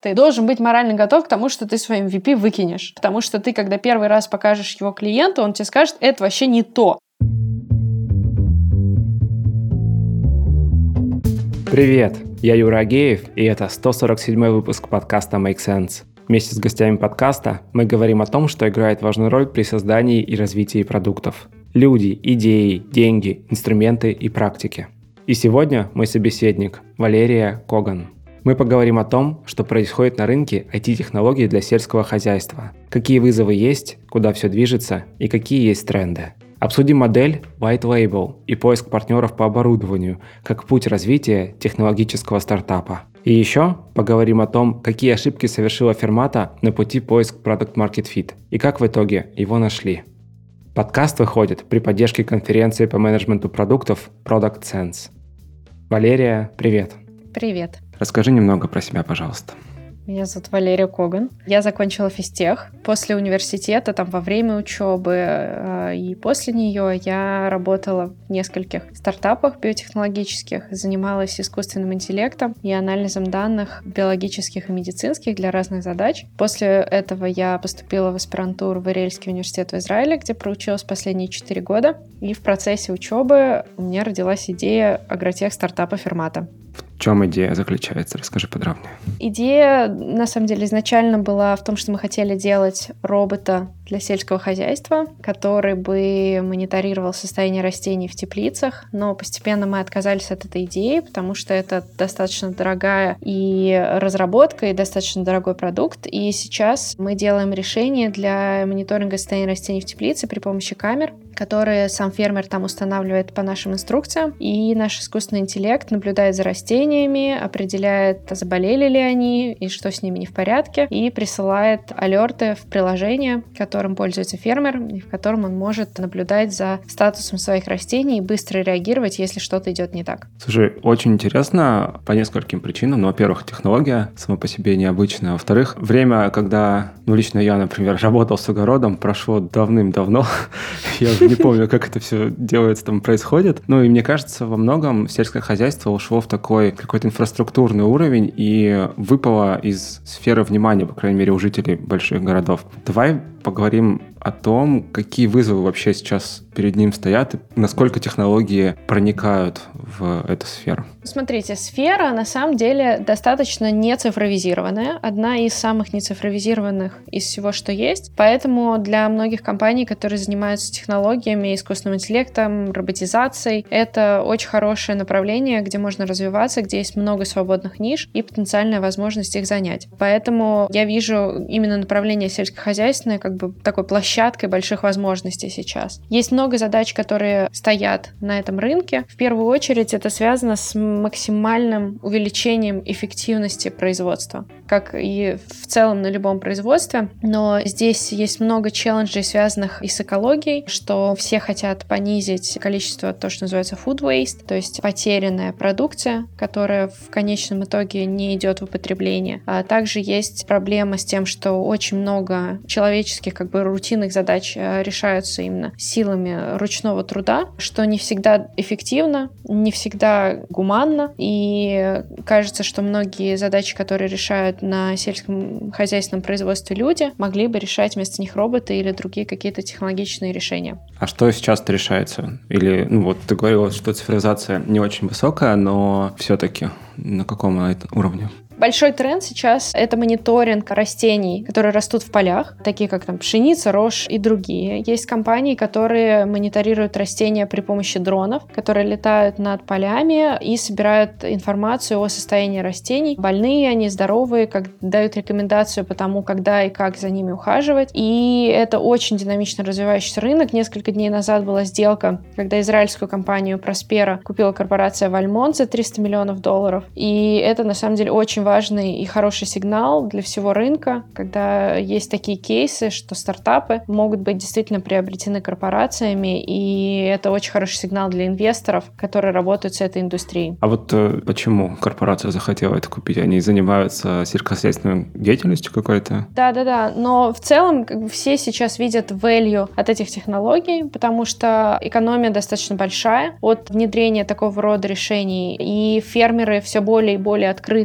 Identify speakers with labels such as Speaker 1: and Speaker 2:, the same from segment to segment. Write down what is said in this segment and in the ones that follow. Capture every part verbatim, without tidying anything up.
Speaker 1: Ты должен быть морально готов к тому, что ты свой эм ви пи выкинешь. Потому что ты, когда первый раз покажешь его клиенту, он тебе скажет, это вообще не то.
Speaker 2: Привет, я Юра Агеев, и это сто сорок седьмой выпуск подкаста Make Sense. Вместе с гостями подкаста мы говорим о том, что играет важную роль при создании и развитии продуктов. Люди, идеи, деньги, инструменты и практики. И сегодня мой собеседник Валерия Коган. Мы поговорим о том, что происходит на рынке ай ти-технологий для сельского хозяйства, какие вызовы есть, куда все движется и какие есть тренды. Обсудим модель White Label и поиск партнеров по оборудованию как путь развития технологического стартапа. И еще поговорим о том, какие ошибки совершила Fermata на пути поиска Product Market Fit и как в итоге его нашли. Подкаст выходит при поддержке конференции по менеджменту продуктов Product Sense. Валерия, привет.
Speaker 1: Привет.
Speaker 2: Расскажи немного про себя, пожалуйста.
Speaker 1: Меня зовут Валерия Коган. Я закончила физтех. После университета, там, во время учебы э, и после нее я работала в нескольких стартапах биотехнологических, занималась искусственным интеллектом и анализом данных биологических и медицинских для разных задач. После этого я поступила в аспирантуру в Ирельский университет в Израиле, где проучилась последние четыре года. И в процессе учебы у меня родилась идея агротех-стартапа Fermata.
Speaker 2: В чем идея заключается? Расскажи подробнее.
Speaker 1: Идея, на самом деле, изначально была в том, что мы хотели делать робота для сельского хозяйства, который бы мониторировал состояние растений в теплицах, но постепенно мы отказались от этой идеи, потому что это достаточно дорогая и разработка, и достаточно дорогой продукт, и сейчас мы делаем решение для мониторинга состояния растений в теплице при помощи камер, которые сам фермер там устанавливает по нашим инструкциям, и наш искусственный интеллект наблюдает за растениями, определяет, заболели ли они и что с ними не в порядке, и присылает алерты в приложение, которым пользуется фермер, и в котором он может наблюдать за статусом своих растений и быстро реагировать, если что-то идет не так.
Speaker 2: Слушай, очень интересно по нескольким причинам. Ну, во-первых, технология сама по себе необычная. Во-вторых, время, когда, ну, лично я, например, работал с огородом, прошло давным-давно. Я уже не помню, как это все делается, там происходит. Ну, и мне кажется, во многом сельское хозяйство ушло в такой какой-то инфраструктурный уровень и выпало из сферы внимания, по крайней мере, у жителей больших городов. Давай поговорим о том, какие вызовы вообще сейчас перед ним стоят и насколько технологии проникают в эту сферу.
Speaker 1: Смотрите, сфера на самом деле достаточно не цифровизированная, одна из самых нецифровизированных из всего, что есть, поэтому для многих компаний, которые занимаются технологиями, искусственным интеллектом, роботизацией, это очень хорошее направление, где можно развиваться, где есть много свободных ниш и потенциальная возможность их занять. Поэтому я вижу именно направление сельскохозяйственное как бы такой площадкой больших возможностей сейчас. Есть много задач, которые стоят на этом рынке. В первую очередь это связано с максимальным увеличением эффективности производства, как и в целом на любом производстве. Но здесь есть много челленджей, связанных и с экологией, что все хотят понизить количество, то, что называется food waste, то есть потерянная продукция, которая в конечном итоге не идет в употребление. А также есть проблема с тем, что очень много человеческих как бы рутинных задач решаются именно силами ручного труда, что не всегда эффективно, не всегда гуманно, и кажется, что многие задачи, которые решают на сельском хозяйственном производстве люди, могли бы решать вместо них роботы или другие какие-то технологичные решения.
Speaker 2: А что сейчас-то решается? Или, ну вот ты говорила, что цифровизация не очень высокая, но все-таки на каком она уровне?
Speaker 1: Большой тренд сейчас — это мониторинг растений, которые растут в полях, такие как там пшеница, рожь и другие. Есть компании, которые мониторируют растения при помощи дронов, которые летают над полями и собирают информацию о состоянии растений. Больные они, здоровые, как дают рекомендацию по тому, когда и как за ними ухаживать. И это очень динамично развивающийся рынок. Несколько дней назад была сделка, когда израильскую компанию Prospera купила корпорация Valmont за триста миллионов долларов. И это на самом деле очень важный и хороший сигнал для всего рынка, когда есть такие кейсы, что стартапы могут быть действительно приобретены корпорациями, и это очень хороший сигнал для инвесторов, которые работают с этой индустрией.
Speaker 2: А вот э, почему корпорация захотела это купить? Они занимаются сельскохозяйственной деятельностью какой-то?
Speaker 1: Да-да-да, но в целом как бы все сейчас видят value от этих технологий, потому что экономия достаточно большая от внедрения такого рода решений, и фермеры все более и более открыты к ним,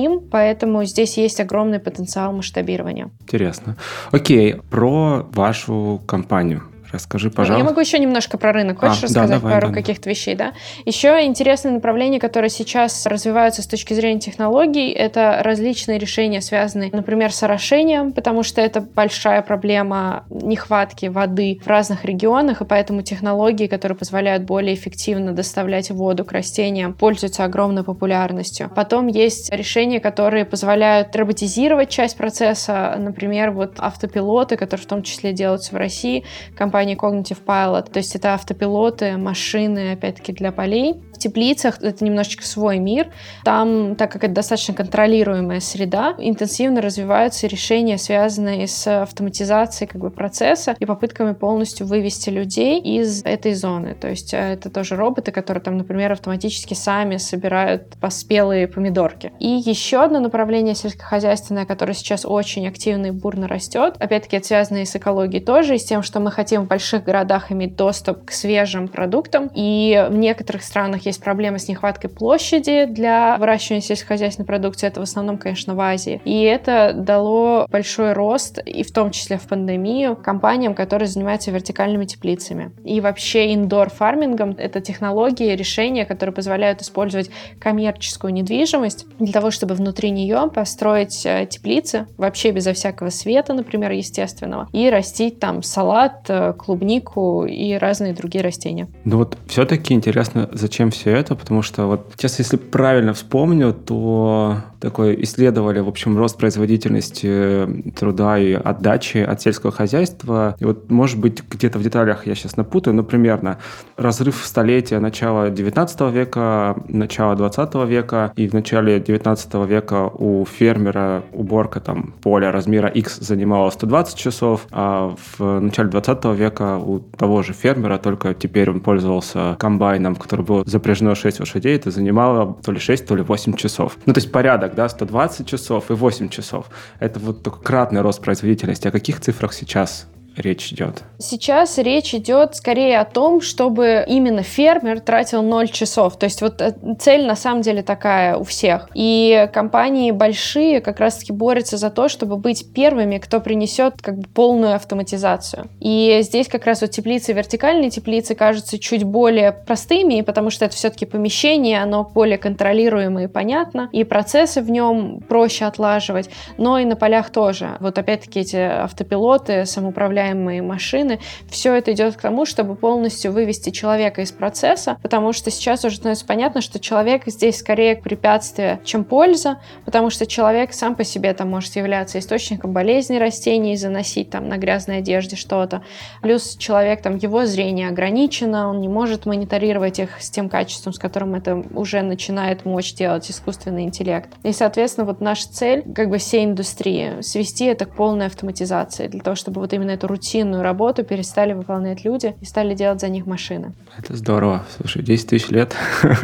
Speaker 1: ним, поэтому здесь есть огромный потенциал масштабирования.
Speaker 2: Интересно. Окей, про вашу компанию. Расскажи, пожалуйста.
Speaker 1: Я могу еще немножко про рынок. Хочешь
Speaker 2: а,
Speaker 1: рассказать
Speaker 2: да, давай,
Speaker 1: пару
Speaker 2: да,
Speaker 1: каких-то вещей, да? Еще интересное направление, которое сейчас развивается с точки зрения технологий, это различные решения, связанные, например, с орошением, потому что это большая проблема нехватки воды в разных регионах, и поэтому технологии, которые позволяют более эффективно доставлять воду к растениям, пользуются огромной популярностью. Потом есть решения, которые позволяют роботизировать часть процесса, например, вот автопилоты, которые в том числе делаются в России, компания Cognitive Pilot, то есть это автопилоты, машины, опять-таки, для полей. В теплицах это немножечко свой мир. Там, так как это достаточно контролируемая среда, интенсивно развиваются решения, связанные с автоматизацией как бы процесса и попытками полностью вывести людей из этой зоны. То есть это тоже роботы, которые там, например, автоматически сами собирают поспелые помидорки. И еще одно направление сельскохозяйственное, которое сейчас очень активно и бурно растет, опять-таки это связано и с экологией тоже, и с тем, что мы хотим в больших городах иметь доступ к свежим продуктам. И в некоторых странах есть проблемы с нехваткой площади для выращивания сельскохозяйственной продукции. Это в основном, конечно, в Азии. И это дало большой рост, и в том числе в пандемию, компаниям, которые занимаются вертикальными теплицами. И вообще индор-фармингом — это технологии, решения, которые позволяют использовать коммерческую недвижимость для того, чтобы внутри нее построить теплицы, вообще безо всякого света, например, естественного, и растить там салат, клубнику и разные другие растения.
Speaker 2: Ну вот все-таки интересно, зачем все это, потому что вот сейчас, если правильно вспомню, то такой исследовали, в общем, рост производительности труда и отдачи от сельского хозяйства. И вот, может быть, где-то в деталях я сейчас напутаю, но примерно разрыв столетия начала девятнадцатого века, начала двадцатого века, и в начале девятнадцатого века у фермера уборка там поля размера X занимала сто двадцать часов, а в начале двадцатого века у того же фермера, только теперь он пользовался комбайном, в который было запряжено шесть лошадей, это занимало то ли шесть, то ли восемь часов. Ну, то есть порядок, да, сто двадцать часов и восемь часов. Это вот такой кратный рост производительности. О каких цифрах сейчас речь идет?
Speaker 1: Сейчас речь идет скорее о том, чтобы именно фермер тратил ноль часов. То есть вот цель на самом деле такая у всех. И компании большие как раз-таки борются за то, чтобы быть первыми, кто принесет как бы полную автоматизацию. И здесь как раз вот теплицы, вертикальные теплицы кажутся чуть более простыми, потому что это все-таки помещение, оно более контролируемо и понятно, и процессы в нем проще отлаживать, но и на полях тоже. Вот опять-таки эти автопилоты, самоуправляемые машины, все это идет к тому, чтобы полностью вывести человека из процесса, потому что сейчас уже становится понятно, что человек здесь скорее препятствие, чем польза, потому что человек сам по себе там может являться источником болезни растений, заносить там на грязной одежде что-то. Плюс человек, там, его зрение ограничено, он не может мониторировать их с тем качеством, с которым это уже начинает мочь делать искусственный интеллект. И, соответственно, вот наша цель, как бы всей индустрии, свести это к полной автоматизации, для того, чтобы вот именно эту рутинную работу перестали выполнять люди и стали делать за них машины.
Speaker 2: Это здорово. Слушай, десять тысяч лет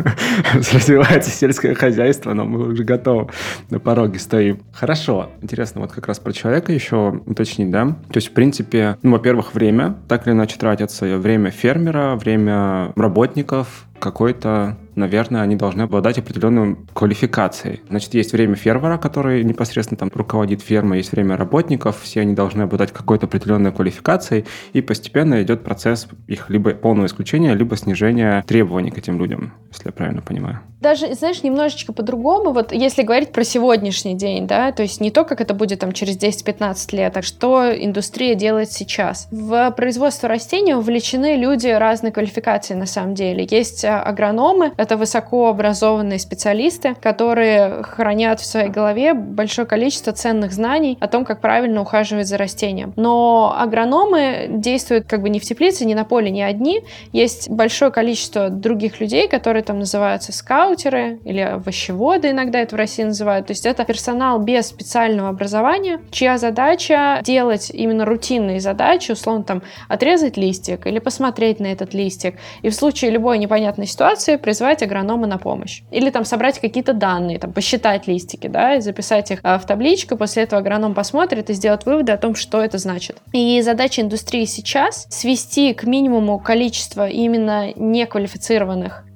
Speaker 2: развивается сельское хозяйство, но мы уже готовы, на пороге стоим. Хорошо. Интересно, вот как раз про человека еще уточнить, да? То есть, в принципе, ну, во-первых, время, так или иначе тратится время фермера, время работников, какой-то, наверное, они должны обладать определенной квалификацией. Значит, есть время фермера, который непосредственно там руководит фермой, есть время работников, все они должны обладать какой-то определенной квалификацией, и постепенно идет процесс их либо полного исключения, либо снижения требований к этим людям, если я правильно понимаю.
Speaker 1: Даже, знаешь, немножечко по-другому, вот если говорить про сегодняшний день, да, то есть не то, как это будет там через десять-пятнадцать лет, а что индустрия делает сейчас. В производство растений вовлечены люди разной квалификации на самом деле. Есть агрономы, это высокообразованные специалисты, которые хранят в своей голове большое количество ценных знаний о том, как правильно ухаживать за растением. Но агрономы действуют как бы не в теплице, не на поле, не одни. Есть большое количество других людей, которые там называются скаутеры или овощеводы, иногда это в России называют. То есть это персонал без специального образования, чья задача делать именно рутинные задачи, условно там отрезать листик или посмотреть на этот листик. И в случае любой непонятной ситуации призвать агронома на помощь. Или там собрать какие-то данные, там посчитать листики, да, и записать их в табличку. После этого агроном посмотрит и сделает выводы о том, что это значит. И задача индустрии сейчас свести к минимуму количество именно неквалифицированных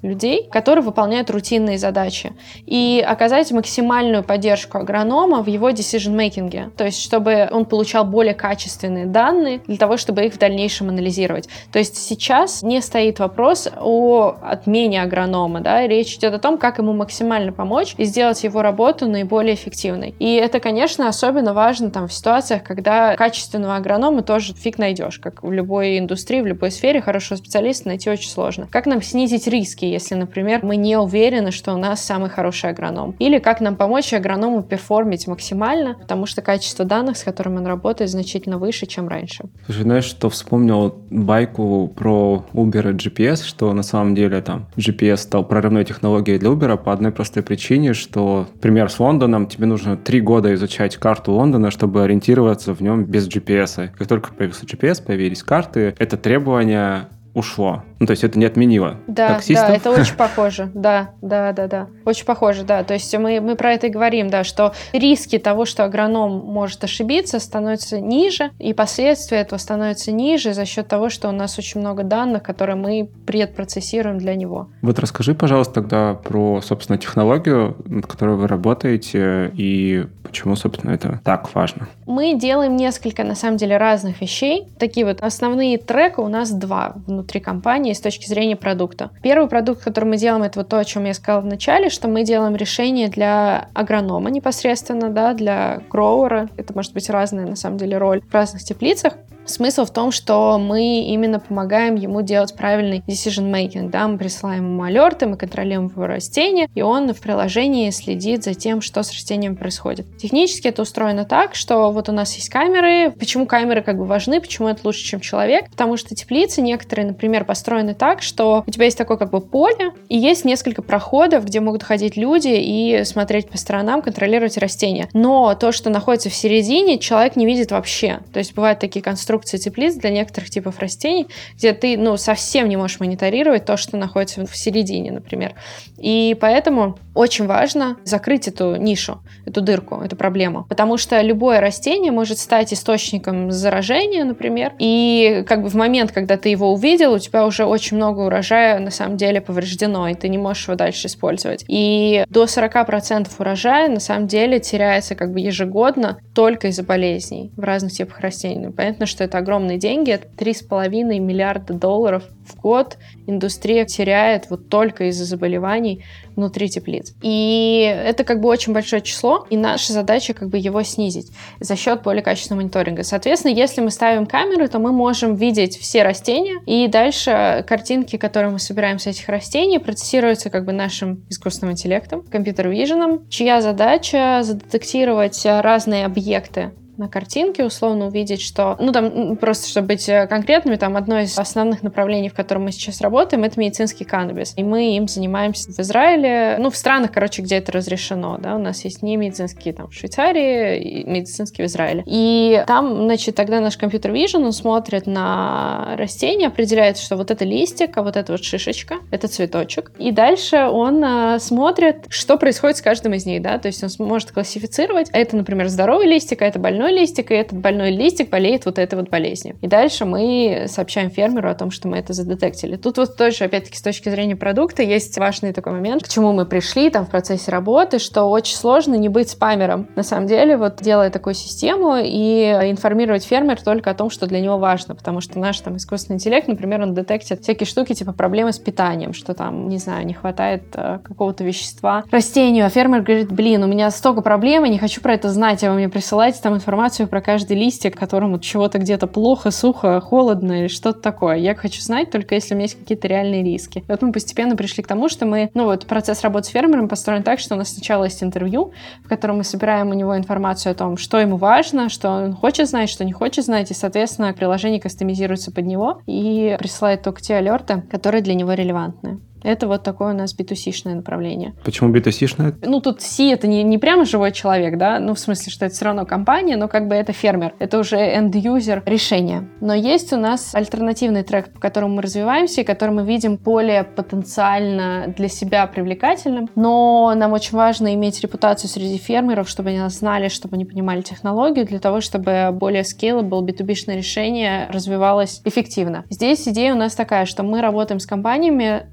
Speaker 1: людей, которые выполняют рутинные задачи, и оказать максимальную поддержку агронома в его decision-making, то есть чтобы он получал более качественные данные для того, чтобы их в дальнейшем анализировать. То есть сейчас не стоит вопрос о отмене агронома, да, речь идет о том, как ему максимально помочь и сделать его работу наиболее эффективной. И это, конечно, особенно важно там в ситуациях, когда качественного агронома тоже фиг найдешь, как в любой индустрии, в любой сфере хорошего специалиста найти очень сложно. Как нам снизить риски, если, например, мы не уверены, что у нас самый хороший агроном? Или как нам помочь агроному перформить максимально, потому что качество данных, с которым он работает, значительно выше, чем раньше.
Speaker 2: Слушай, знаешь, что вспомнил байку про Uber и джи пи эс, что на самом деле там джи пи эс стал прорывной технологией для Uber по одной простой причине, что, например, с Лондоном тебе нужно три года изучать карту Лондона, чтобы ориентироваться в нем без джи пи эс. Как только появился джи пи эс, появились карты, это требование ушло. Ну, то есть это не отменило
Speaker 1: да,
Speaker 2: таксистов.
Speaker 1: Да, это очень похоже. Да, да, да, да. Очень похоже, да. То есть мы, мы про это и говорим, да, что риски того, что агроном может ошибиться, становятся ниже, и последствия этого становятся ниже за счет того, что у нас очень много данных, которые мы предпроцессируем для него.
Speaker 2: Вот расскажи, пожалуйста, тогда про, собственно, технологию, над которой вы работаете, и почему, собственно, это так важно.
Speaker 1: Мы делаем несколько, на самом деле, разных вещей. Такие вот основные треки у нас два внутри компании с точки зрения продукта. Первый продукт, который мы делаем, это вот то, о чем я сказала в начале, что мы делаем решение для агронома непосредственно, да, для гроуера. Это может быть разная, на самом деле, роль в разных теплицах. Смысл в том, что мы именно помогаем ему делать правильный decision-making, да, мы присылаем ему алерты, мы контролируем его растения, и он в приложении следит за тем, что с растением происходит. Технически это устроено так, что вот у нас есть камеры. Почему камеры как бы важны, почему это лучше, чем человек? Потому что теплицы некоторые, например, построены так, что у тебя есть такое как бы поле, и есть несколько проходов, где могут ходить люди и смотреть по сторонам, контролировать растения. Но то, что находится в середине, человек не видит вообще. То есть бывают такие конструкции теплиц для некоторых типов растений, где ты, ну, совсем не можешь мониторировать то, что находится в середине, например. И поэтому очень важно закрыть эту нишу, эту дырку, эту проблему. Потому что любое растение может стать источником заражения, например, и как бы в момент, когда ты его увидел, у тебя уже очень много урожая на самом деле повреждено, и ты не можешь его дальше использовать. И до сорок процентов урожая на самом деле теряется как бы ежегодно только из-за болезней в разных типах растений. Понятно, что это огромные деньги, это три с половиной миллиарда долларов в год индустрия теряет вот только из-за заболеваний внутри теплиц. И это как бы очень большое число, и наша задача как бы его снизить за счет более качественного мониторинга. Соответственно, если мы ставим камеры, то мы можем видеть все растения, и дальше картинки, которые мы собираем с этих растений, процессируются как бы нашим искусственным интеллектом, компьютер-виженом, чья задача задетектировать разные объекты на картинке, условно увидеть, что, ну, там, просто чтобы быть конкретными, там, одно из основных направлений, в котором мы сейчас работаем, это медицинский каннабис. И мы им занимаемся в Израиле, ну, в странах, короче, где это разрешено, да, у нас есть не медицинские, там, в Швейцарии, и медицинские в Израиле. И там, значит, тогда наш компьютер-вижн, он смотрит на растение, определяет, что вот это листик, а вот это вот шишечка, это цветочек. И дальше он а, смотрит, что происходит с каждым из них, да, то есть он сможет классифицировать, это, например, здоровый листик, а это больной листик, и этот больной листик болеет вот этой вот болезнью. И дальше мы сообщаем фермеру о том, что мы это задетектили. Тут вот тоже, опять-таки, с точки зрения продукта есть важный такой момент, к чему мы пришли там в процессе работы, что очень сложно не быть спамером. На самом деле, вот делая такую систему и информировать фермера только о том, что для него важно, потому что наш там искусственный интеллект, например, он детектит всякие штуки, типа проблемы с питанием, что там, не знаю, не хватает э, какого-то вещества растению, а фермер говорит, блин, у меня столько проблем, я не хочу про это знать, а вы мне присылаете там информацию информацию про каждый листик, которому чего-то где-то плохо, сухо, холодно или что-то такое. Я хочу знать только если у меня есть какие-то реальные риски. И вот мы постепенно пришли к тому, что мы, ну вот процесс работы с фермером построен так, что у нас сначала есть интервью, в котором мы собираем у него информацию о том, что ему важно, что он хочет знать, что не хочет знать, и, соответственно, приложение кастомизируется под него и присылает только те алерты, которые для него релевантны. Это вот такое у нас би ту си-шное направление.
Speaker 2: Почему би ту си-шное?
Speaker 1: Ну, тут си это не, не прямо живой человек, да, ну, в смысле, что это все равно компания, но как бы это фермер, это уже end-user решение. Но есть у нас альтернативный трек, по которому мы развиваемся, и который мы видим более потенциально для себя привлекательным, но нам очень важно иметь репутацию среди фермеров, чтобы они нас знали, чтобы они понимали технологию, для того, чтобы более scalable би ту би-шное решение развивалось эффективно. Здесь идея у нас такая, что мы работаем с компаниями, ну,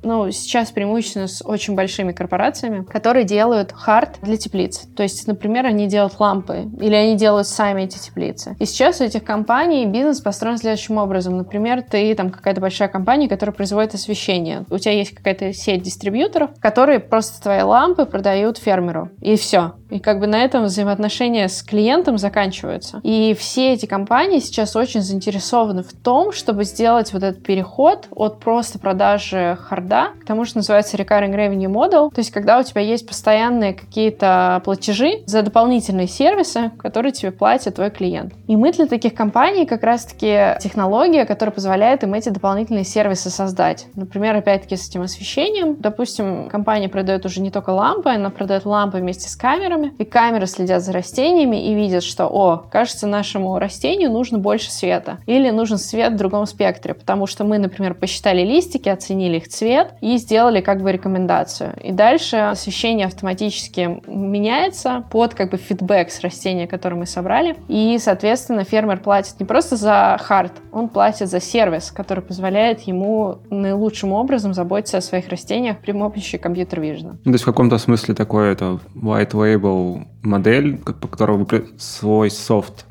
Speaker 1: сейчас преимущественно с очень большими корпорациями, которые делают хард для теплиц. То есть, например, они делают лампы, или они делают сами эти теплицы. И сейчас у этих компаний бизнес построен следующим образом. Например, ты там какая-то большая компания, которая производит освещение. У тебя есть какая-то сеть дистрибьюторов, которые просто твои лампы продают фермеру. И все. И как бы на этом взаимоотношения с клиентом заканчиваются. И все эти компании сейчас очень заинтересованы в том, чтобы сделать вот этот переход от просто продажи харда к тому, что называется recurring revenue model. То есть когда у тебя есть постоянные какие-то платежи за дополнительные сервисы, которые тебе платит твой клиент. И мы для таких компаний как раз-таки технология, которая позволяет им эти дополнительные сервисы создать. Например, опять-таки с этим освещением. Допустим, компания продает уже не только лампы, она продает лампы вместе с камерами, и камеры следят за растениями и видят, что, о, кажется, нашему растению нужно больше света. Или нужен свет в другом спектре, потому что мы, например, посчитали листики, оценили их цвет и сделали как бы рекомендацию. И дальше освещение автоматически меняется под как бы фидбэк с растения, которое мы собрали. И, соответственно, фермер платит не просто за хард, он платит за сервис, который позволяет ему наилучшим образом заботиться о своих растениях при помощи компьютер-вижена.
Speaker 2: То есть в каком-то смысле такое это white label модель, по которой вы свой софт,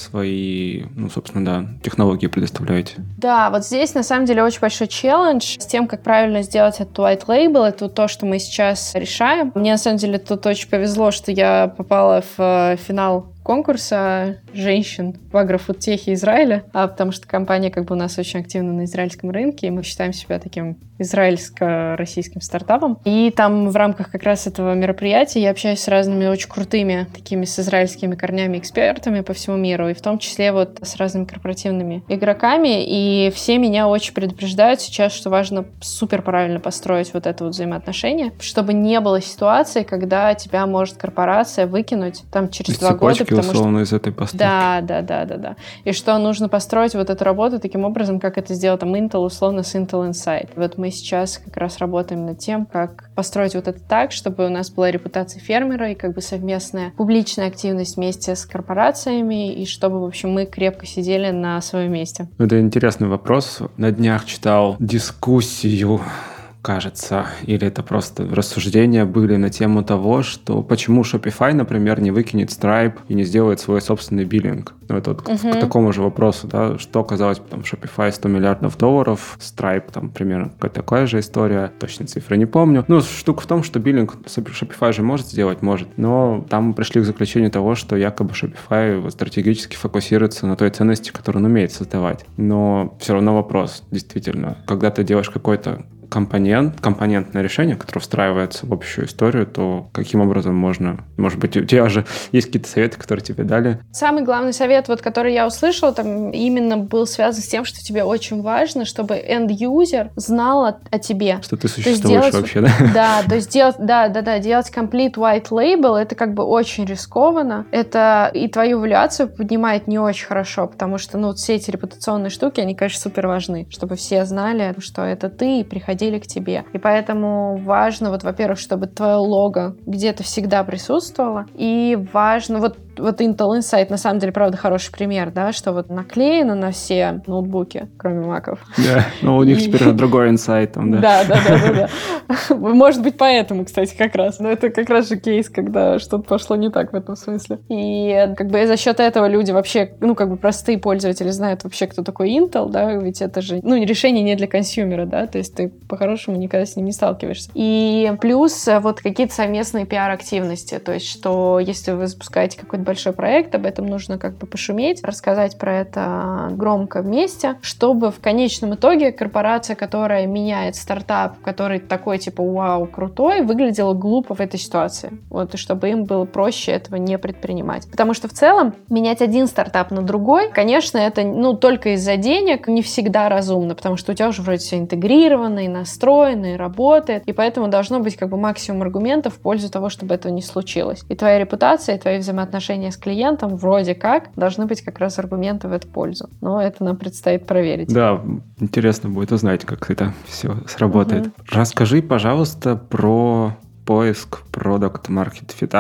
Speaker 2: свои, ну, собственно, да, технологии предоставляете.
Speaker 1: Да, вот здесь, на самом деле, очень большой челлендж с тем, как правильно сделать этот white label. Это то, что мы сейчас решаем. Мне, на самом деле, тут очень повезло, что я попала в финал конкурса женщин в агрофудтехе Израиля, а потому что компания как бы у нас очень активна на израильском рынке, и мы считаем себя таким израильско-российским стартапом. И там в рамках как раз этого мероприятия я общаюсь с разными очень крутыми такими с израильскими корнями экспертами по всему миру, и в том числе вот с разными корпоративными игроками, и все меня очень предупреждают сейчас, что важно супер правильно построить вот это вот взаимоотношение, чтобы не было ситуации, когда тебя может корпорация выкинуть там через два года, потому
Speaker 2: условно
Speaker 1: что...
Speaker 2: из этой поставки.
Speaker 1: Да, да, да, да, да. И что нужно построить вот эту работу таким образом, как это сделал там Intel, условно, с Intel Insight. Вот мы сейчас как раз работаем над тем, как построить вот это так, чтобы у нас была репутация фермера и как бы совместная публичная активность вместе с корпорациями, и чтобы, в общем, мы крепко сидели на своем месте.
Speaker 2: Это интересный вопрос. На днях читал дискуссию, кажется, или это просто рассуждения были на тему того, что почему Shopify, например, не выкинет Stripe и не сделает свой собственный биллинг. Это вот uh-huh. к, к такому же вопросу, да, что казалось бы, там, Shopify сто миллиардов долларов, Stripe, там, примерно такая же история, точно цифры не помню. Ну, штука в том, что биллинг Shopify же может сделать, может, но там пришли к заключению того, что якобы Shopify стратегически фокусируется на той ценности, которую он умеет создавать. Но все равно вопрос, действительно, когда ты делаешь какой-то компонент, компонентное решение, которое встраивается в общую историю, то каким образом можно... Может быть, у тебя же есть какие-то советы, которые тебе дали?
Speaker 1: Самый главный совет, вот, который я услышала, там именно был связан с тем, что тебе очень важно, чтобы end-user знал о, о тебе.
Speaker 2: Что ты существуешь делать, вообще, да?
Speaker 1: Да, то есть делать, да, да, да, делать complete white label, это как бы очень рискованно. Это и твою валюацию поднимает не очень хорошо, потому что, ну, вот все эти репутационные штуки, они, конечно, супер важны, чтобы все знали, что это ты, и приходили к тебе. И поэтому важно, вот, во-первых, чтобы твое лого где-то всегда присутствовало, и важно, вот, вот Intel Insight, на самом деле, правда, хороший пример, да, что вот наклеено на все ноутбуки, кроме маков.
Speaker 2: Да, но у них теперь другой Insight там, да.
Speaker 1: Да, да, да, да. Может быть, поэтому, кстати, как раз. Но это как раз же кейс, когда что-то пошло не так в этом смысле. И как бы за счет этого люди вообще, ну, как бы простые пользователи знают вообще, кто такой Intel, да, ведь это же, ну, решение не для консюмера, да, то есть ты по-хорошему никогда с ним не сталкиваешься. И плюс вот какие-то совместные пиар-активности, то есть что если вы запускаете какой-то большой проект, об этом нужно как бы пошуметь, рассказать про это громко вместе, чтобы в конечном итоге корпорация, которая меняет стартап, который такой типа вау, крутой, выглядела глупо в этой ситуации. Вот, и чтобы им было проще этого не предпринимать. Потому что в целом менять один стартап на другой, конечно, это, ну, только из-за денег не всегда разумно, потому что у тебя уже вроде все интегрировано и настроено, и работает, и поэтому должно быть как бы максимум аргументов в пользу того, чтобы этого не случилось. И твоя репутация, и твои взаимоотношения с клиентом вроде как должны быть как раз аргументы в эту пользу. Но это нам предстоит проверить.
Speaker 2: Да, интересно будет узнать, как это все сработает. Угу. Расскажи, пожалуйста, про поиск продакт-маркет фита.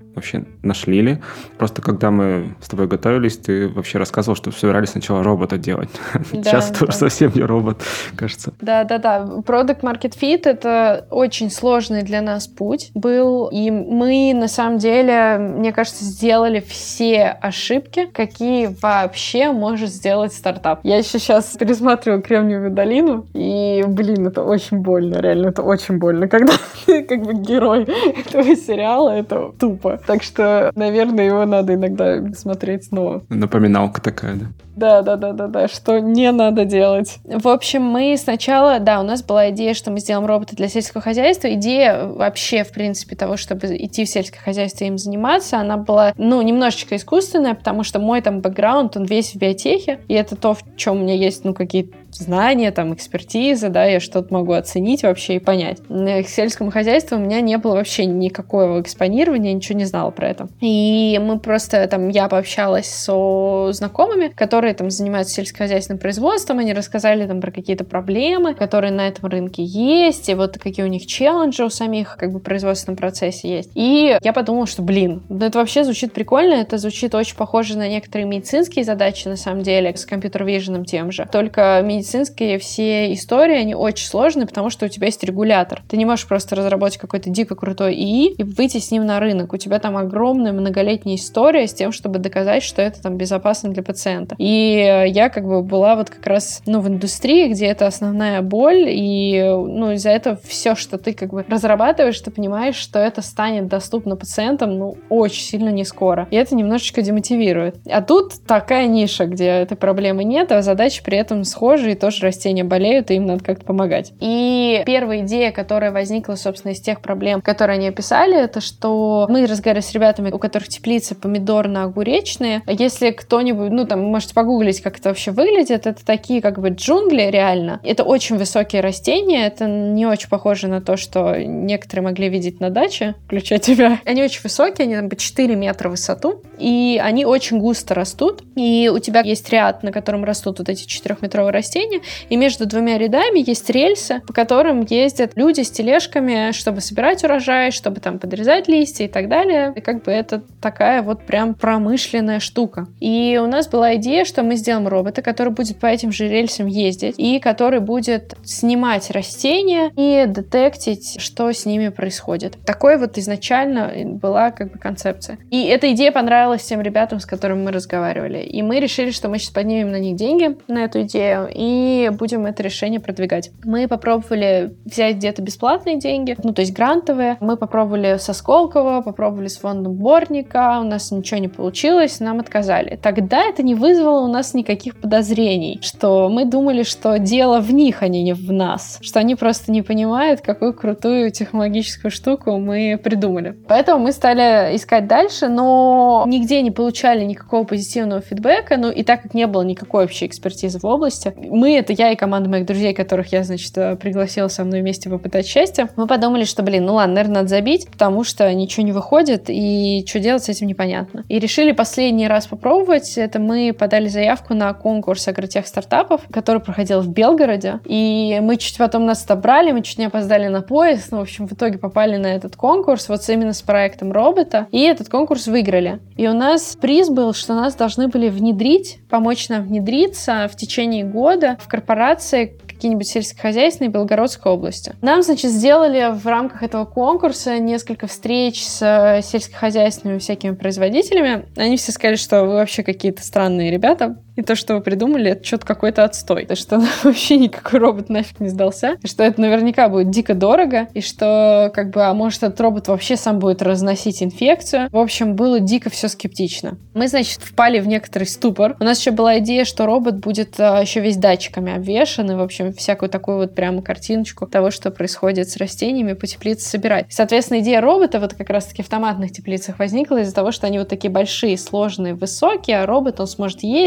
Speaker 3: вообще нашли ли? Просто когда мы с тобой готовились, ты вообще рассказывал, что собирались сначала робота делать.
Speaker 1: Да,
Speaker 3: Сейчас
Speaker 1: да.
Speaker 3: тоже совсем не робот, кажется.
Speaker 1: Да-да-да. Product Market Fit — это очень сложный для нас путь был, и мы, на самом деле, мне кажется, сделали все ошибки, какие вообще может сделать стартап. Я еще сейчас пересматриваю «Кремниевую долину», и, блин, это очень больно, реально, это очень больно, когда ты как бы герой этого сериала, это тупо. Так что, наверное, его надо иногда смотреть снова.
Speaker 3: Напоминалка такая, да?
Speaker 1: Да, да, да, да, да, что не надо делать. В общем, мы сначала, да, у нас была идея, что мы сделаем робота для сельского хозяйства. Идея вообще, в принципе, того, чтобы идти в сельское хозяйство и им заниматься, она была, ну, немножечко искусственная, потому что мой там бэкграунд, он весь в биотехе, и это то, в чем у меня есть, ну, какие-то знания, там, экспертиза, да, я что-то могу оценить вообще и понять. К сельскому хозяйству у меня не было вообще никакого экспонирования, ничего не знала про это. И мы просто, там, я пообщалась со знакомыми, которые там занимаются сельскохозяйственным производством, они рассказали там про какие-то проблемы, которые на этом рынке есть, и вот какие у них челленджи у самих, как бы, в производственном процессе есть. И я подумала, что, блин, ну это вообще звучит прикольно, это звучит очень похоже на некоторые медицинские задачи, на самом деле, с компьютер-виженом тем же. Только медицинские все истории, они очень сложные, потому что у тебя есть регулятор. Ты не можешь просто разработать какой-то дико крутой ИИ и выйти с ним на рынок. У тебя там огромная многолетняя история с тем, чтобы доказать, что это там безопасно для пациента. И я как бы была вот как раз, ну, в индустрии, где это основная боль, и, ну, из-за этого все, что ты как бы разрабатываешь, ты понимаешь, что это станет доступно пациентам, ну, очень сильно не скоро. И это немножечко демотивирует. А тут такая ниша, где этой проблемы нет, а задачи при этом схожи, и тоже растения болеют, и им надо как-то помогать. И первая идея, которая возникла, собственно, из тех проблем, которые они описали, это что мы разговаривали с ребятами, у которых теплицы помидорно-огуречные. Если кто-нибудь, ну, там, можете погуглить, как это вообще выглядит, это такие как бы джунгли реально. Это очень высокие растения, это не очень похоже на то, что некоторые могли видеть на даче, включая тебя. Они очень высокие, они там по четыре метра в высоту, и они очень густо растут, и у тебя есть ряд, на котором растут вот эти четырехметровые растения, и между двумя рядами есть рельсы, по которым ездят люди с тележками, чтобы собирать урожай, чтобы там подрезать листья и так далее. И как бы это такая вот прям промышленная штука. И у нас была идея, что мы сделаем робота, который будет по этим же рельсам ездить, и который будет снимать растения и детектить, что с ними происходит. Такой вот изначально была как бы концепция. И эта идея понравилась тем ребятам, с которыми мы разговаривали. И мы решили, что мы сейчас поднимем на них деньги, на эту идею, и будем это решение продвигать. Мы попробовали взять где-то бесплатные деньги, ну, то есть грантовые. Мы попробовали со Сколково, попробовали с фондом Бортника, у нас ничего не получилось, нам отказали. Тогда это не вызвало у нас никаких подозрений, что мы думали, что дело в них, а не в нас, что они просто не понимают, какую крутую технологическую штуку мы придумали. Поэтому мы стали искать дальше, но нигде не получали никакого позитивного фидбэка, ну и так как не было никакой общей экспертизы в области, мы, это я и команда моих друзей, которых я, значит, пригласила со мной вместе попытать счастье, мы подумали, что, блин, ну ладно, наверное, надо забить, потому что ничего не выходит, и что делать с этим непонятно. И решили последний раз попробовать. Это мы подали заявку на конкурс агротех стартапов, который проходил в Белгороде, и мы чуть потом нас отобрали, мы чуть не опоздали на поезд, ну, в общем, в итоге попали на этот конкурс, вот именно с проектом робота, и этот конкурс выиграли. И у нас приз был, что нас должны были внедрить, помочь нам внедриться в течение года в корпорации какие-нибудь сельскохозяйственные Белгородской области. Нам, значит, сделали в рамках этого конкурса несколько встреч с сельскохозяйственными всякими производителями. Они все сказали, что вы вообще какие-то странные ребята, и то, что вы придумали, это что-то какой-то отстой. То, что вообще никакой робот нафиг не сдался, и что это наверняка будет дико дорого, и что, как бы, а может, этот робот вообще сам будет разносить инфекцию. В общем, было дико все скептично. Мы, значит, впали в некоторый ступор. У нас еще была идея, что робот будет а, еще весь датчиками обвешан, и, в общем, всякую такую вот прямо картиночку того, что происходит с растениями, по теплице собирать. Соответственно, идея робота вот как раз-таки в томатных теплицах возникла из-за того, что они вот такие большие, сложные, высокие, а робот, он сможет ездить,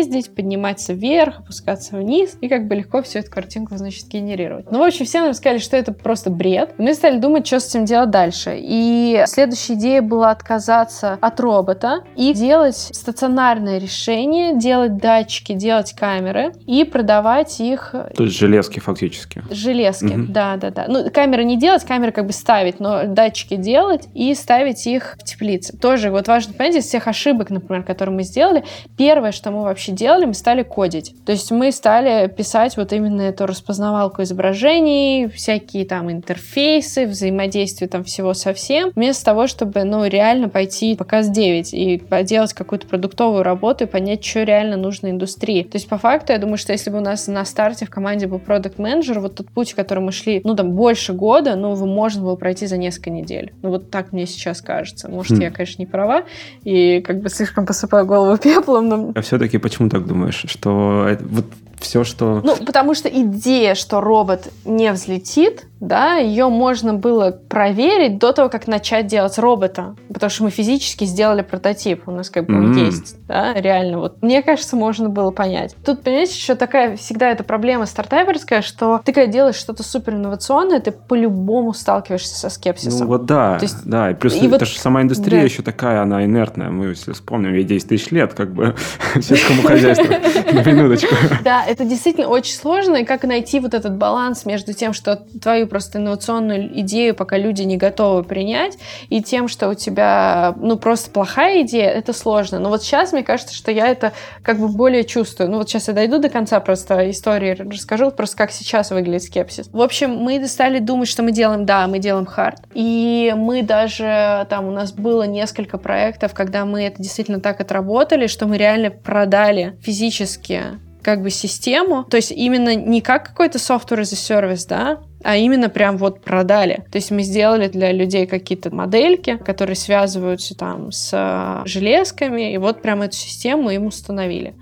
Speaker 1: подниматься вверх, опускаться вниз, и как бы легко всю эту картинку, значит, генерировать. Ну, в общем, все нам сказали, что это просто бред. Мы стали думать, что с этим делать дальше. И следующая идея была отказаться от робота и делать стационарное решение, делать датчики, делать камеры и продавать их...
Speaker 3: То есть железки фактически.
Speaker 1: Железки,
Speaker 3: Угу.
Speaker 1: да, да, да. Ну, камеры не делать, камеры как бы ставить, но датчики делать и ставить их в теплице. Тоже вот важно понять, из всех ошибок, например, которые мы сделали, первое, что мы вообще делали, мы стали кодить. То есть мы стали писать вот именно эту распознавалку изображений, всякие там интерфейсы, взаимодействие там всего со всем, вместо того, чтобы, ну, реально пойти по ка эс девять и поделать какую-то продуктовую работу и понять, что реально нужно индустрии. То есть по факту, я думаю, что если бы у нас на старте в команде был продакт-менеджер, вот тот путь, который мы шли, ну, там, больше года, ну, его можно было пройти за несколько недель. Ну, вот так мне сейчас кажется. Может, хм. я, конечно, не права и как бы слишком посыпаю голову пеплом, но...
Speaker 3: А все-таки почему так думаешь? Что это, вот все, что...
Speaker 1: Ну, потому что идея, что робот не взлетит, да, ее можно было проверить до того, как начать делать робота. Потому что мы физически сделали прототип. У нас как бы он mm. есть, да, реально. Вот. Мне кажется, можно было понять. Тут, понимаете, еще такая всегда эта проблема стартаперская, что ты, когда делаешь что-то супер инновационное, ты по-любому сталкиваешься со скепсисом.
Speaker 3: Ну вот да,
Speaker 1: есть,
Speaker 3: да. И плюс и это вот, же сама индустрия да. еще такая, она инертная. Мы, если вспомним, ей десять тысяч лет, как бы, сельскому хозяйству. На минуточку.
Speaker 1: Да, это действительно очень сложно. И как найти вот этот баланс между тем, что твою просто инновационную идею пока люди не готовы принять, и тем, что у тебя, ну, просто плохая идея, это сложно. Но вот сейчас, мне кажется, что я это как бы более чувствую. Ну, вот сейчас я дойду до конца просто истории, расскажу просто, как сейчас выглядит скепсис. В общем, мы стали думать, что мы делаем, да, мы делаем хард. И мы даже, там, у нас было несколько проектов, когда мы это действительно так отработали, что мы реально продали физически как бы систему, то есть именно не как какой-то software as a service, да, а именно прям вот продали. То есть мы сделали для людей какие-то модельки, которые связываются там с железками, и вот прям эту систему им установили.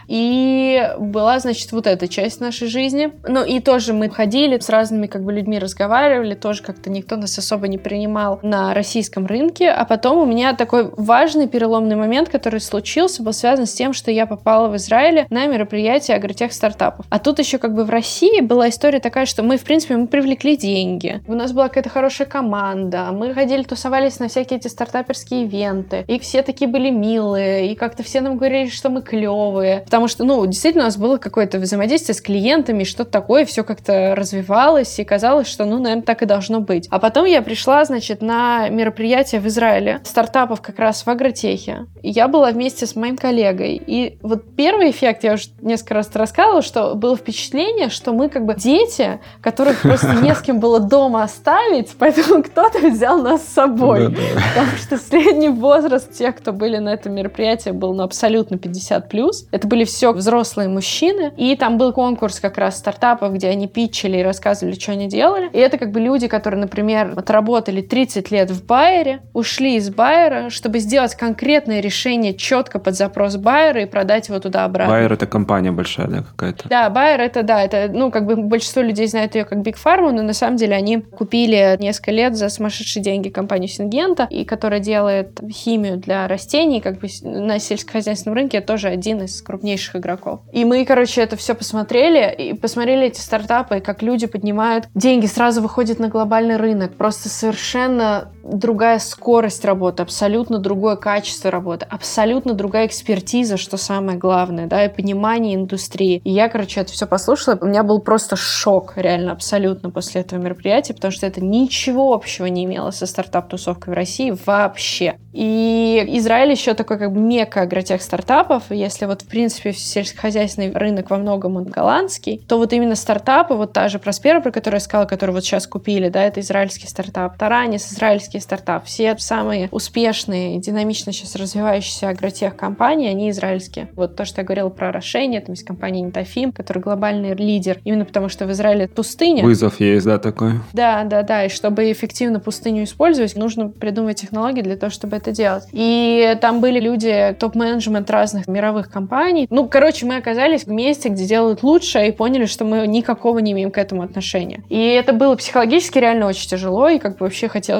Speaker 1: И была, значит, вот эта часть нашей жизни. Ну, и тоже мы ходили, с разными как бы людьми разговаривали, тоже как-то никто нас особо не принимал на российском рынке. А потом у меня такой важный переломный момент, который случился, был связан с тем, что я попала в Израиле на мероприятие агротех-стартапов. А тут еще как бы в России была история такая, что мы, в принципе, мы привлекли деньги. У нас была какая-то хорошая команда. Мы ходили, тусовались на всякие эти стартаперские ивенты. И все такие были милые. И как-то все нам говорили, что мы клевые. Потому что, ну, действительно, у нас было какое-то взаимодействие с клиентами, что-то такое, все как-то развивалось, и казалось, что, ну, наверное, так и должно быть. А потом я пришла, значит, на мероприятие в Израиле, стартапов как раз в агротехе. И я была вместе с моим коллегой. И вот первый эффект, я уже несколько раз рассказывала, что было впечатление, что мы как бы дети, которых просто не с кем было дома оставить, поэтому кто-то взял нас с собой. Потому что средний возраст тех, кто были на этом мероприятии, был, ну, абсолютно пятьдесят плюс. Это были все взрослые мужчины, и там был конкурс как раз стартапов, где они питчили и рассказывали, что они делали. И это как бы люди, которые, например, отработали тридцать лет в Байере, ушли из Байера, чтобы сделать конкретное решение четко под запрос Байера и продать его туда обратно.
Speaker 3: Байер — это компания большая, да, какая-то?
Speaker 1: Да, Байер — это, да, это, ну, как бы большинство людей знает ее как Big Pharma, но на самом деле они купили несколько лет за сумасшедшие деньги компанию Syngenta, и которая делает химию для растений, как бы на сельскохозяйственном рынке тоже один из крупнейших игроков. И мы, короче, это все посмотрели, и посмотрели эти стартапы, как люди поднимают деньги, сразу выходят на глобальный рынок. Просто совершенно другая скорость работы, абсолютно другое качество работы, абсолютно другая экспертиза, что самое главное, да, и понимание индустрии. И я, короче, это все послушала, у меня был просто шок, реально, абсолютно после этого мероприятия, потому что это ничего общего не имело со стартап-тусовкой в России вообще. И Израиль еще такой как бы мекка агротех-стартапов. Если вот, в принципе, сельскохозяйственный рынок во многом он голландский, то вот именно стартапы, вот та же Prospera, про которую я сказала, которую вот сейчас купили, да, это израильский стартап. Таранис — израильский стартап. Все самые успешные, динамично сейчас развивающиеся агротех-компании, они израильские. Вот то, что я говорила про орошение, там есть компания Нетафим, который глобальный лидер, именно потому что в Израиле пустыня.
Speaker 3: Вызов есть, да, такой?
Speaker 1: Да, да, да. И чтобы эффективно пустыню использовать, нужно придумывать технологии для того, чтобы это делать. И там были люди, топ-менеджмент разных мировых компаний. Ну, короче, мы оказались в месте, где делают лучше, и поняли, что мы никакого не имеем к этому отношения. И это было психологически реально очень тяжело, и как бы вообще хотелось все бросить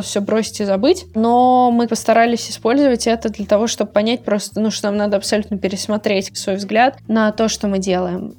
Speaker 1: бросить и забыть, но мы постарались использовать это для того, чтобы понять просто, ну, что нам надо абсолютно пересмотреть свой взгляд на то, что мы делаем.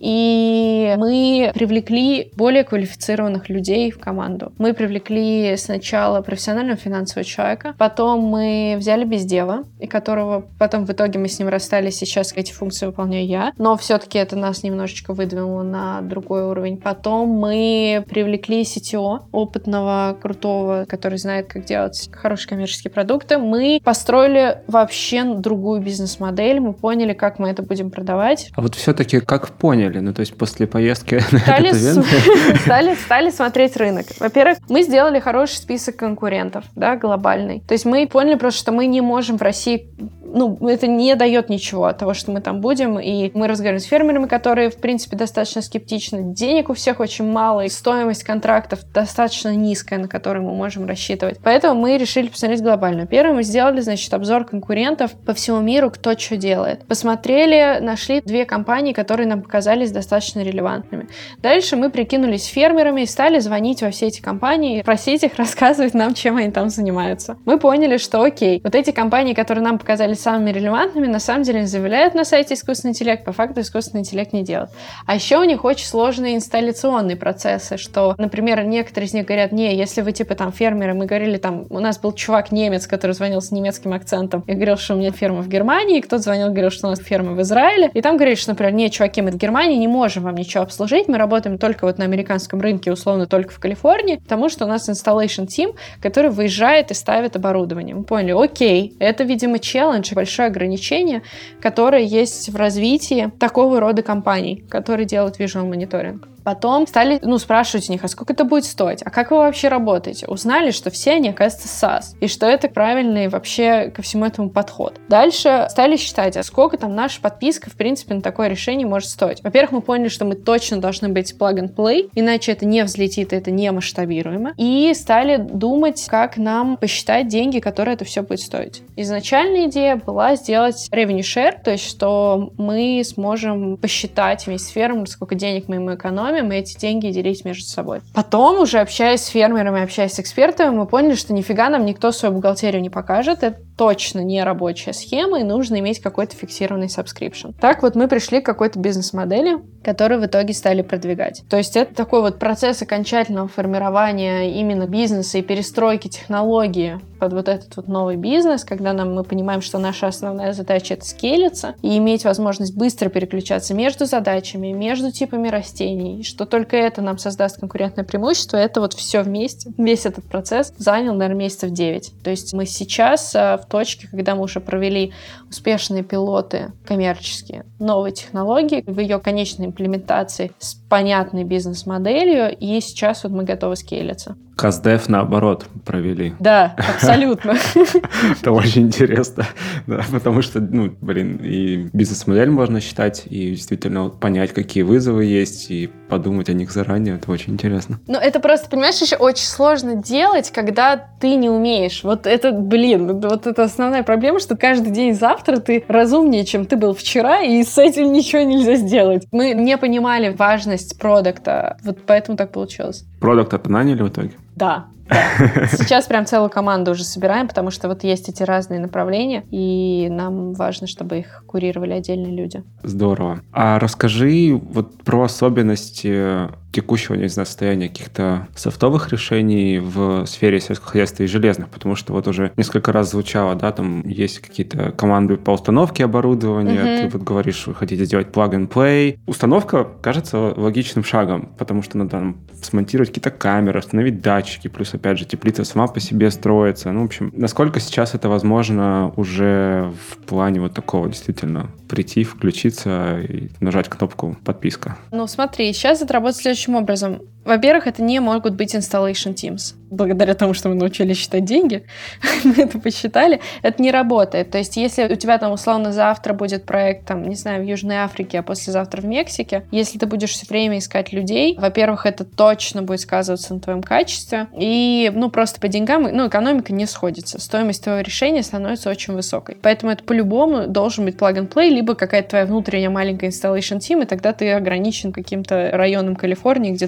Speaker 1: И мы привлекли более квалифицированных людей в команду. Мы привлекли сначала профессионального финансового человека, потом мы взяли бездева, и которого потом в итоге мы с ним расстались, сейчас эти функции выполняю я, но все-таки это нас немножечко выдвинуло на другой уровень. Потом мы привлекли си ти о, опытного, крутого, который знает, как делать хорошие коммерческие продукты. Мы построили вообще другую бизнес-модель, мы поняли, как мы это будем продавать.
Speaker 3: А вот все-таки как поняли? Ну, то есть после поездки на
Speaker 1: стали,
Speaker 3: этот ивент?
Speaker 1: Стали, стали смотреть рынок. Во-первых, мы сделали хороший список конкурентов, да, глобальный. То есть мы поняли просто, что мы не можем в России, ну, это не дает ничего от того, что мы там будем, и мы разговариваем с фермерами, которые, в принципе, достаточно скептичны. Денег у всех очень мало, и стоимость контрактов достаточно низкая, на которую мы можем рассчитывать. Поэтому мы решили посмотреть глобально. Первым мы сделали, значит, обзор конкурентов по всему миру, кто что делает. Посмотрели, нашли две компании, которые нам показались достаточно релевантными. Дальше мы прикинулись фермерами и стали звонить во все эти компании, просить их рассказывать нам, чем они там занимаются. Мы поняли, что окей, вот эти компании, которые нам показались самыми релевантными, на самом деле заявляют на сайте искусственный интеллект, по факту искусственный интеллект не делает. А еще у них очень сложные инсталляционные процессы, что, например, некоторые из них говорят, не, если вы типа там фермеры, мы говорили там, у нас был чувак немец, который звонил с немецким акцентом и говорил, что у меня ферма в Германии, и кто-то звонил, говорил, что у нас ферма в Израиле, и там говорили, что, например, не, чуваки, мы в Германии не можем вам ничего обслужить, мы работаем только вот на американском рынке, условно, только в Калифорнии, потому что у нас installation team, который выезжает и ставит оборудование. Мы поняли, окей, это, видимо, челлендж, большое ограничение, которое есть в развитии такого рода компаний, которые делают visual мониторинг. Потом стали, ну, спрашивать у них, а сколько это будет стоить? А как вы вообще работаете? Узнали, что все они, оказывается, SaaS. И что это правильный вообще ко всему этому подход. Дальше стали считать, а сколько там наша подписка, в принципе, на такое решение может стоить. Во-первых, мы поняли, что мы точно должны быть plug-and-play, иначе это не взлетит, это не масштабируемо. И стали думать, как нам посчитать деньги, которые это все будет стоить. Изначальная идея была сделать revenue share, то есть, что мы сможем посчитать вместе с фермером, сколько денег мы ему экономим, и эти деньги делить между собой. Потом, уже общаясь с фермерами, общаясь с экспертами, мы поняли, что нифига нам никто свою бухгалтерию не покажет. Это точно не рабочая схема, и нужно иметь какой-то фиксированный subscription. Так вот мы пришли к какой-то бизнес-модели, которую в итоге стали продвигать. То есть это такой вот процесс окончательного формирования именно бизнеса и перестройки технологии под вот этот вот новый бизнес, когда нам, мы понимаем, что наша основная задача — это скейлиться и иметь возможность быстро переключаться между задачами, между типами растений, что только это нам создаст конкурентное преимущество. Это вот все вместе, весь этот процесс занял, наверное, месяцев девять. То есть мы сейчас в точке, когда мы уже провели успешные пилоты коммерческие новой технологии в ее конечной имплементации с понятной бизнес-моделью, и сейчас вот мы готовы скейлиться.
Speaker 3: Каздев наоборот провели.
Speaker 1: Да, абсолютно.
Speaker 3: Это очень интересно, да, потому что, ну, блин, и бизнес-модель можно считать, и действительно понять, какие вызовы есть, и подумать о них заранее, это очень интересно.
Speaker 1: Ну, это просто, понимаешь, еще очень сложно делать, когда ты не умеешь. Вот это, блин, вот это основная проблема, что каждый день завтра ты разумнее, чем ты был вчера, и с этим ничего нельзя сделать. Мы не понимали важность продукта, вот поэтому так получилось.
Speaker 3: Продукт-то наняли в итоге?
Speaker 1: Да. Да. Сейчас прям целую команду уже собираем, потому что вот есть эти разные направления, и нам важно, чтобы их курировали отдельные люди.
Speaker 3: Здорово. А расскажи вот про особенности текущего, не знаю, состояния каких-то софтовых решений в сфере сельского хозяйства и железных, потому что вот уже несколько раз звучало, да, там есть какие-то команды по установке оборудования, mm-hmm. ты вот говоришь, вы хотите сделать plug-and-play. Установка кажется логичным шагом, потому что надо там смонтировать какие-то камеры, установить датчики, плюс, опять же, теплица сама по себе строится. Ну, в общем, насколько сейчас это возможно уже в плане вот такого действительно прийти, включиться и нажать кнопку «Подписка»?
Speaker 1: Ну, смотри, сейчас это работает следующим образом. Во-первых, это не могут быть installation teams. Благодаря тому, что мы научились считать деньги, мы это посчитали, это не работает. То есть, если у тебя там условно завтра будет проект, там, не знаю, в Южной Африке, а послезавтра в Мексике, если ты будешь все время искать людей, во-первых, это точно будет сказываться на твоем качестве, и, ну, просто по деньгам, ну, экономика не сходится. Стоимость твоего решения становится очень высокой. Поэтому это по-любому должен быть plug-and-play, либо какая-то твоя внутренняя маленькая installation team, и тогда ты ограничен каким-то районом Калифорнии, где ты можешь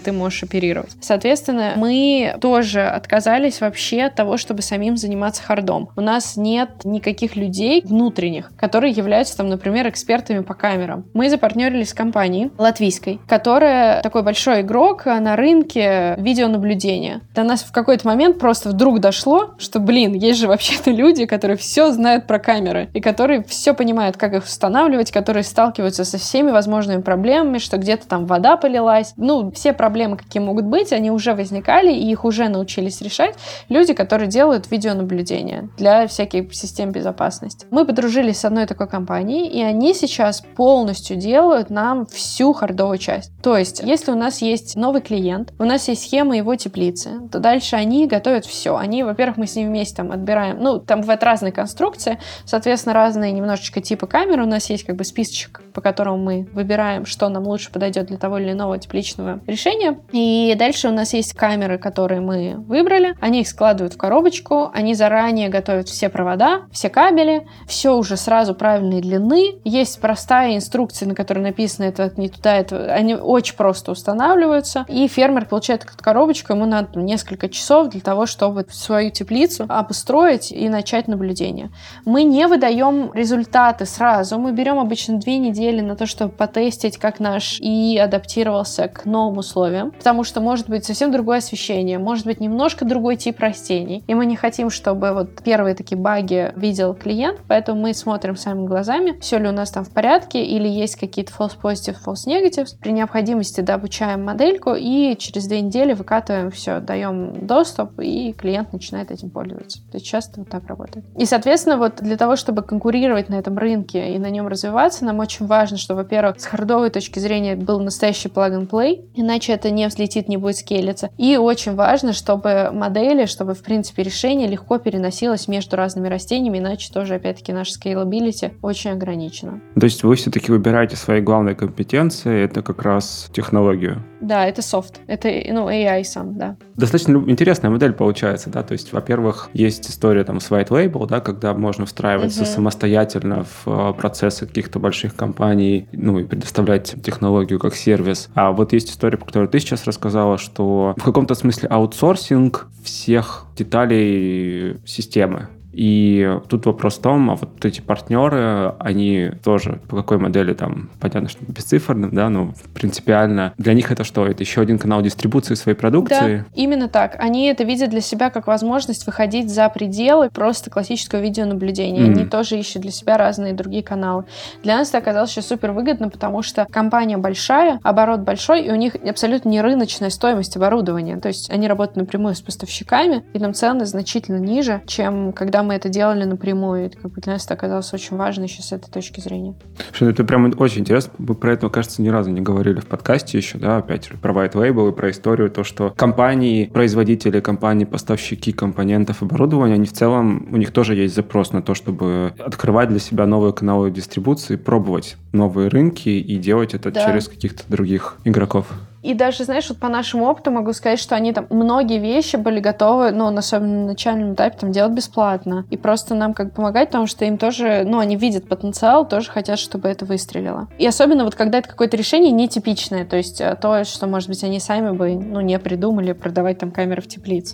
Speaker 1: оперировать. Соответственно, мы тоже отказались вообще от того, чтобы самим заниматься хардом. У нас нет никаких людей внутренних, которые являются, там, например, экспертами по камерам. Мы запартнерились с компанией латвийской, которая такой большой игрок на рынке видеонаблюдения. До нас в какой-то момент просто вдруг дошло, что, блин, есть же вообще-то люди, которые все знают про камеры, и которые все понимают, как их устанавливать, которые сталкиваются со всеми возможными проблемами, что где-то там вода полилась. Ну, все проблемы, какие могут быть, они уже возникали, и их уже научились решать люди, которые делают видеонаблюдение для всяких систем безопасности. Мы подружились с одной такой компанией, и они сейчас полностью делают нам всю хардовую часть. То есть, если у нас есть новый клиент, у нас есть схема его теплицы, то дальше они готовят все. Они, во-первых, мы с ними вместе там отбираем, ну, там бывают разные конструкции, соответственно, разные немножечко типы камер. У нас есть как бы списочек, по которому мы выбираем, что нам лучше подойдет для того или иного тепличного решения. И дальше у нас есть камеры, которые мы выбрали. Они их складывают в коробочку, они заранее готовят все провода, все кабели, все уже сразу правильной длины. Есть простая инструкция, на которой написано это не туда, это... Они очень просто устанавливаются. И фермер получает эту коробочку, ему надо ну, несколько часов для того, чтобы свою теплицу обустроить и начать наблюдение. Мы не выдаем результаты сразу. Мы берем обычно две недели на то, чтобы потестить, как наш ИИ адаптировался к новым условиям. Потому что может быть совсем другое освещение, может быть немножко другой тип растений. И мы не хотим, чтобы вот первые такие баги видел клиент, поэтому мы смотрим своими глазами, все ли у нас там в порядке, или есть какие-то false positive, false negatives. При необходимости дообучаем модельку и через две недели выкатываем все, даем доступ, и клиент начинает этим пользоваться. То есть часто вот так работает. И, соответственно, вот для того, чтобы конкурировать на этом рынке и на нем развиваться, нам очень важно, чтобы, во-первых, с хардовой точки зрения был настоящий plug-and-play, иначе это не взлетит, не будет скейлиться. И очень важно, чтобы модели, чтобы, в принципе, решение легко переносилось между разными растениями, иначе тоже, опять-таки, наша scalability очень ограничена.
Speaker 3: То есть вы все-таки выбираете свои главные компетенции, это как раз технологию?
Speaker 1: Да, это софт, это, ну, эй ай сам, да.
Speaker 3: Достаточно интересная модель получается, да, то есть, во-первых, есть история там с white label, да, когда можно встраиваться uh-huh. самостоятельно в процессы каких-то больших компаний, ну, и предоставлять технологию как сервис. А вот есть история, про которую ты сейчас рассказала, что в каком-то смысле аутсорсинг всех деталей системы. И тут вопрос в том, а вот эти партнеры, они тоже по какой модели там, понятно, что бесциферным, да, но принципиально для них это что? Это еще один канал дистрибуции своей продукции?
Speaker 1: Да, именно так. Они это видят для себя как возможность выходить за пределы просто классического видеонаблюдения. Mm. Они тоже ищут для себя разные другие каналы. Для нас это оказалось сейчас супер выгодно, потому что компания большая, оборот большой, и у них абсолютно не рыночная стоимость оборудования. То есть они работают напрямую с поставщиками, и там цены значительно ниже, чем когда мы это делали напрямую. И как бы для нас это оказалось очень важно еще с этой точки зрения.
Speaker 3: Это прям очень интересно. Мы про это, кажется, ни разу не говорили в подкасте еще, да, опять же, про white label и про историю, то, что компании, производители, компании, поставщики компонентов оборудования, они в целом, у них тоже есть запрос на то, чтобы открывать для себя новые каналы дистрибуции, пробовать новые рынки и делать это да. через каких-то других игроков.
Speaker 1: И даже, знаешь, вот по нашему опыту могу сказать, что они там многие вещи были готовы, ну, особенно на начальном этапе, там, делать бесплатно. И просто нам как бы помогать, потому что им тоже, ну, они видят потенциал, тоже хотят, чтобы это выстрелило. И особенно вот когда это какое-то решение нетипичное, то есть то, что, может быть, они сами бы, ну, не придумали продавать там камеры в теплице.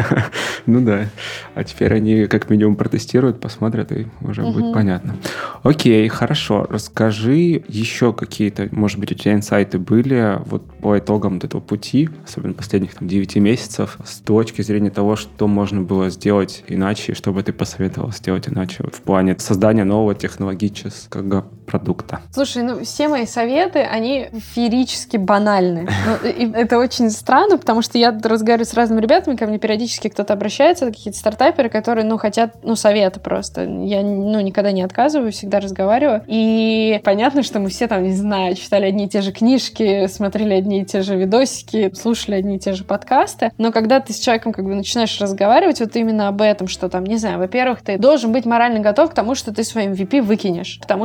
Speaker 3: Ну да. А теперь они как минимум протестируют, посмотрят, и уже будет понятно. Окей, хорошо. Расскажи еще какие-то, может быть, у тебя инсайты были вот по итогам этого пути, особенно последних там, девяти месяцев, с точки зрения того, что можно было сделать иначе, что бы ты посоветовал сделать иначе вот, в плане создания нового технологического продукта?
Speaker 1: Слушай, ну все мои советы, они феерически банальны. Ну, и это очень странно, потому что я разговариваю с разными ребятами, ко мне периодически кто-то обращается, какие-то стартаперы, которые, ну, хотят, ну, совета просто. Я, ну, никогда не отказываю, всегда разговариваю. И понятно, что мы все там, не знаю, читали одни и те же книжки, смотрели одни и те же видосики, слушали одни и те же подкасты, но когда ты с человеком как бы начинаешь разговаривать вот именно об этом, что там, не знаю, во-первых, ты должен быть морально готов к тому, что ты своим ви пи выкинешь, потому что ты, когда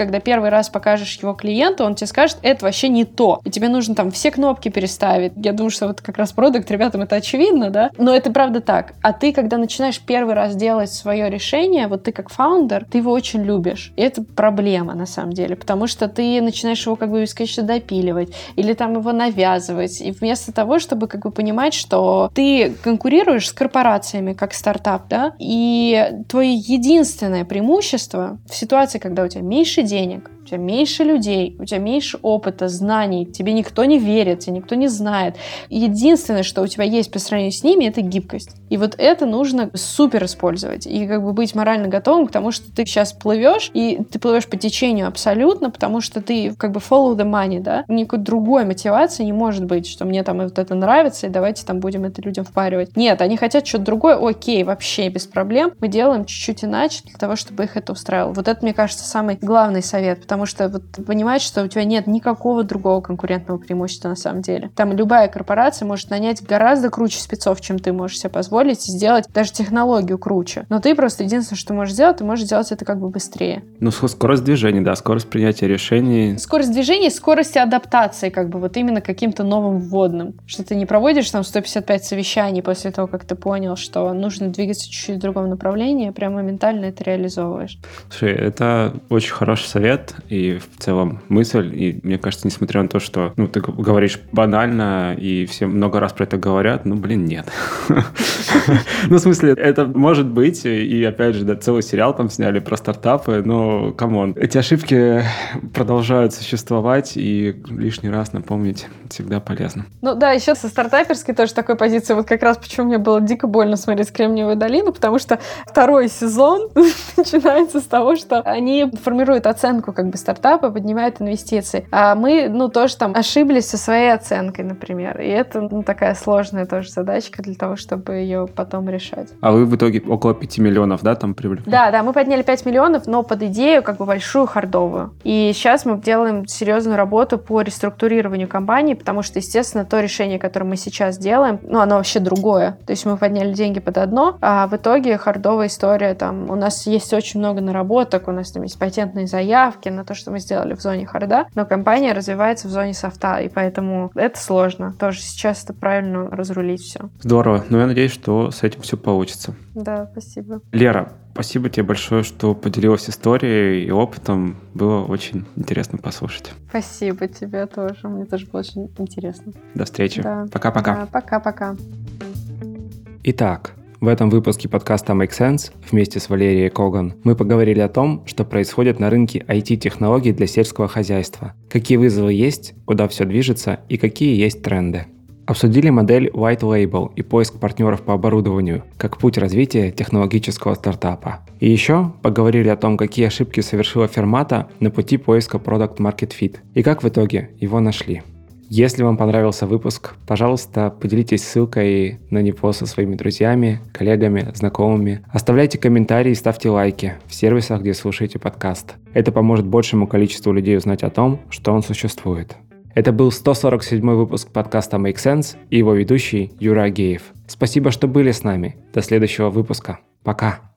Speaker 1: когда первый раз покажешь его клиенту, он тебе скажет, это вообще не то. И тебе нужно там все кнопки переставить. Я думаю, что вот как раз продакт, ребятам это очевидно, да? Но это правда так. А ты, когда начинаешь первый раз делать свое решение, вот ты как фаундер, ты его очень любишь. И это проблема на самом деле, потому что ты начинаешь его как бы бесконечно допиливать или там его навязывать. И вместо того, чтобы как бы понимать, что ты конкурируешь с корпорациями как стартап, да, и твое единственное преимущество в ситуации, когда у тебя меньше денег, у тебя меньше людей, у тебя меньше опыта, знаний, тебе никто не верит, тебе никто не знает. Единственное, что у тебя есть по сравнению с ними, это гибкость. И вот это нужно супер использовать и как бы быть морально готовым к тому, что ты сейчас плывешь, и ты плывешь по течению абсолютно, потому что ты как бы follow the money, да? Никакой другой мотивации не может быть, что мне там вот это нравится, и давайте там будем это людям впаривать. Нет, они хотят что-то другое, окей, вообще без проблем. Мы делаем чуть-чуть иначе для того, чтобы их это устраивало. Вот это, мне кажется, самый главный совет, потому что вот понимать, что у тебя нет никакого другого конкурентного преимущества на самом деле. Там любая корпорация может нанять гораздо круче спецов, чем ты можешь себе позволить, и сделать даже технологию круче. Но ты просто единственное, что можешь сделать, ты можешь сделать это как бы быстрее.
Speaker 3: Ну, скорость движения, да, скорость принятия решений.
Speaker 1: Скорость движения, скорость адаптации, как бы вот именно каким-то новым вводным. Что ты не проводишь там сто пятьдесят пять совещаний после того, как ты понял, что нужно двигаться чуть-чуть в другом направлении, прям моментально это реализовываешь.
Speaker 3: Слушай, это очень хороший совет и в целом мысль. И мне кажется, несмотря на то, что ну, ты говоришь банально, и все много раз про это говорят, ну, блин, нет. Ну, в смысле, это может быть, и опять же, да, целый сериал там сняли про стартапы, но, камон, эти ошибки продолжают существовать, и лишний раз напомнить всегда полезно.
Speaker 1: Ну да, еще со стартаперской тоже такой позиции, вот как раз почему мне было дико больно смотреть «Кремниевую долину», потому что второй сезон начинается с того, что они формируют оценку как бы стартапа, поднимают инвестиции, а мы, ну, тоже там ошиблись со своей оценкой, например, и это, ну, такая сложная тоже задачка для того, чтобы ее потом решать.
Speaker 3: А вы в итоге около пяти миллионов, да, там привлекли?
Speaker 1: Да, да, мы подняли пять миллионов, но под идею как бы большую хардовую. И сейчас мы делаем серьезную работу по реструктурированию компании, потому что, естественно, то решение, которое мы сейчас делаем, ну, оно вообще другое. То есть мы подняли деньги под одно, а в итоге хардовая история, там, у нас есть очень много наработок, у нас там есть патентные заявки на то, что мы сделали в зоне харда, но компания развивается в зоне софта, и поэтому это сложно. Тоже сейчас это правильно разрулить все.
Speaker 3: Здорово. Ну, я надеюсь, что с этим все получится.
Speaker 1: Да, спасибо.
Speaker 3: Лера, спасибо тебе большое, что поделилась историей и опытом. Было очень интересно послушать.
Speaker 1: Спасибо тебе тоже. Мне тоже было очень интересно.
Speaker 3: До встречи.
Speaker 1: Да.
Speaker 3: Пока-пока.
Speaker 1: Да, пока-пока.
Speaker 2: Итак, в этом выпуске подкаста Make Sense вместе с Валерией Коган мы поговорили о том, что происходит на рынке ай ти-технологий для сельского хозяйства, какие вызовы есть, куда все движется и какие есть тренды. Обсудили модель White Label и поиск партнеров по оборудованию, как путь развития технологического стартапа. И еще поговорили о том, какие ошибки совершила Fermata на пути поиска Product Market Fit и как в итоге его нашли. Если вам понравился выпуск, пожалуйста, поделитесь ссылкой на него со своими друзьями, коллегами, знакомыми. Оставляйте комментарии и ставьте лайки в сервисах, где слушаете подкаст. Это поможет большему количеству людей узнать о том, что он существует. Это был сто сорок седьмой выпуск подкаста Make Sense и его ведущий Юра Агеев. Спасибо, что были с нами. До следующего выпуска. Пока.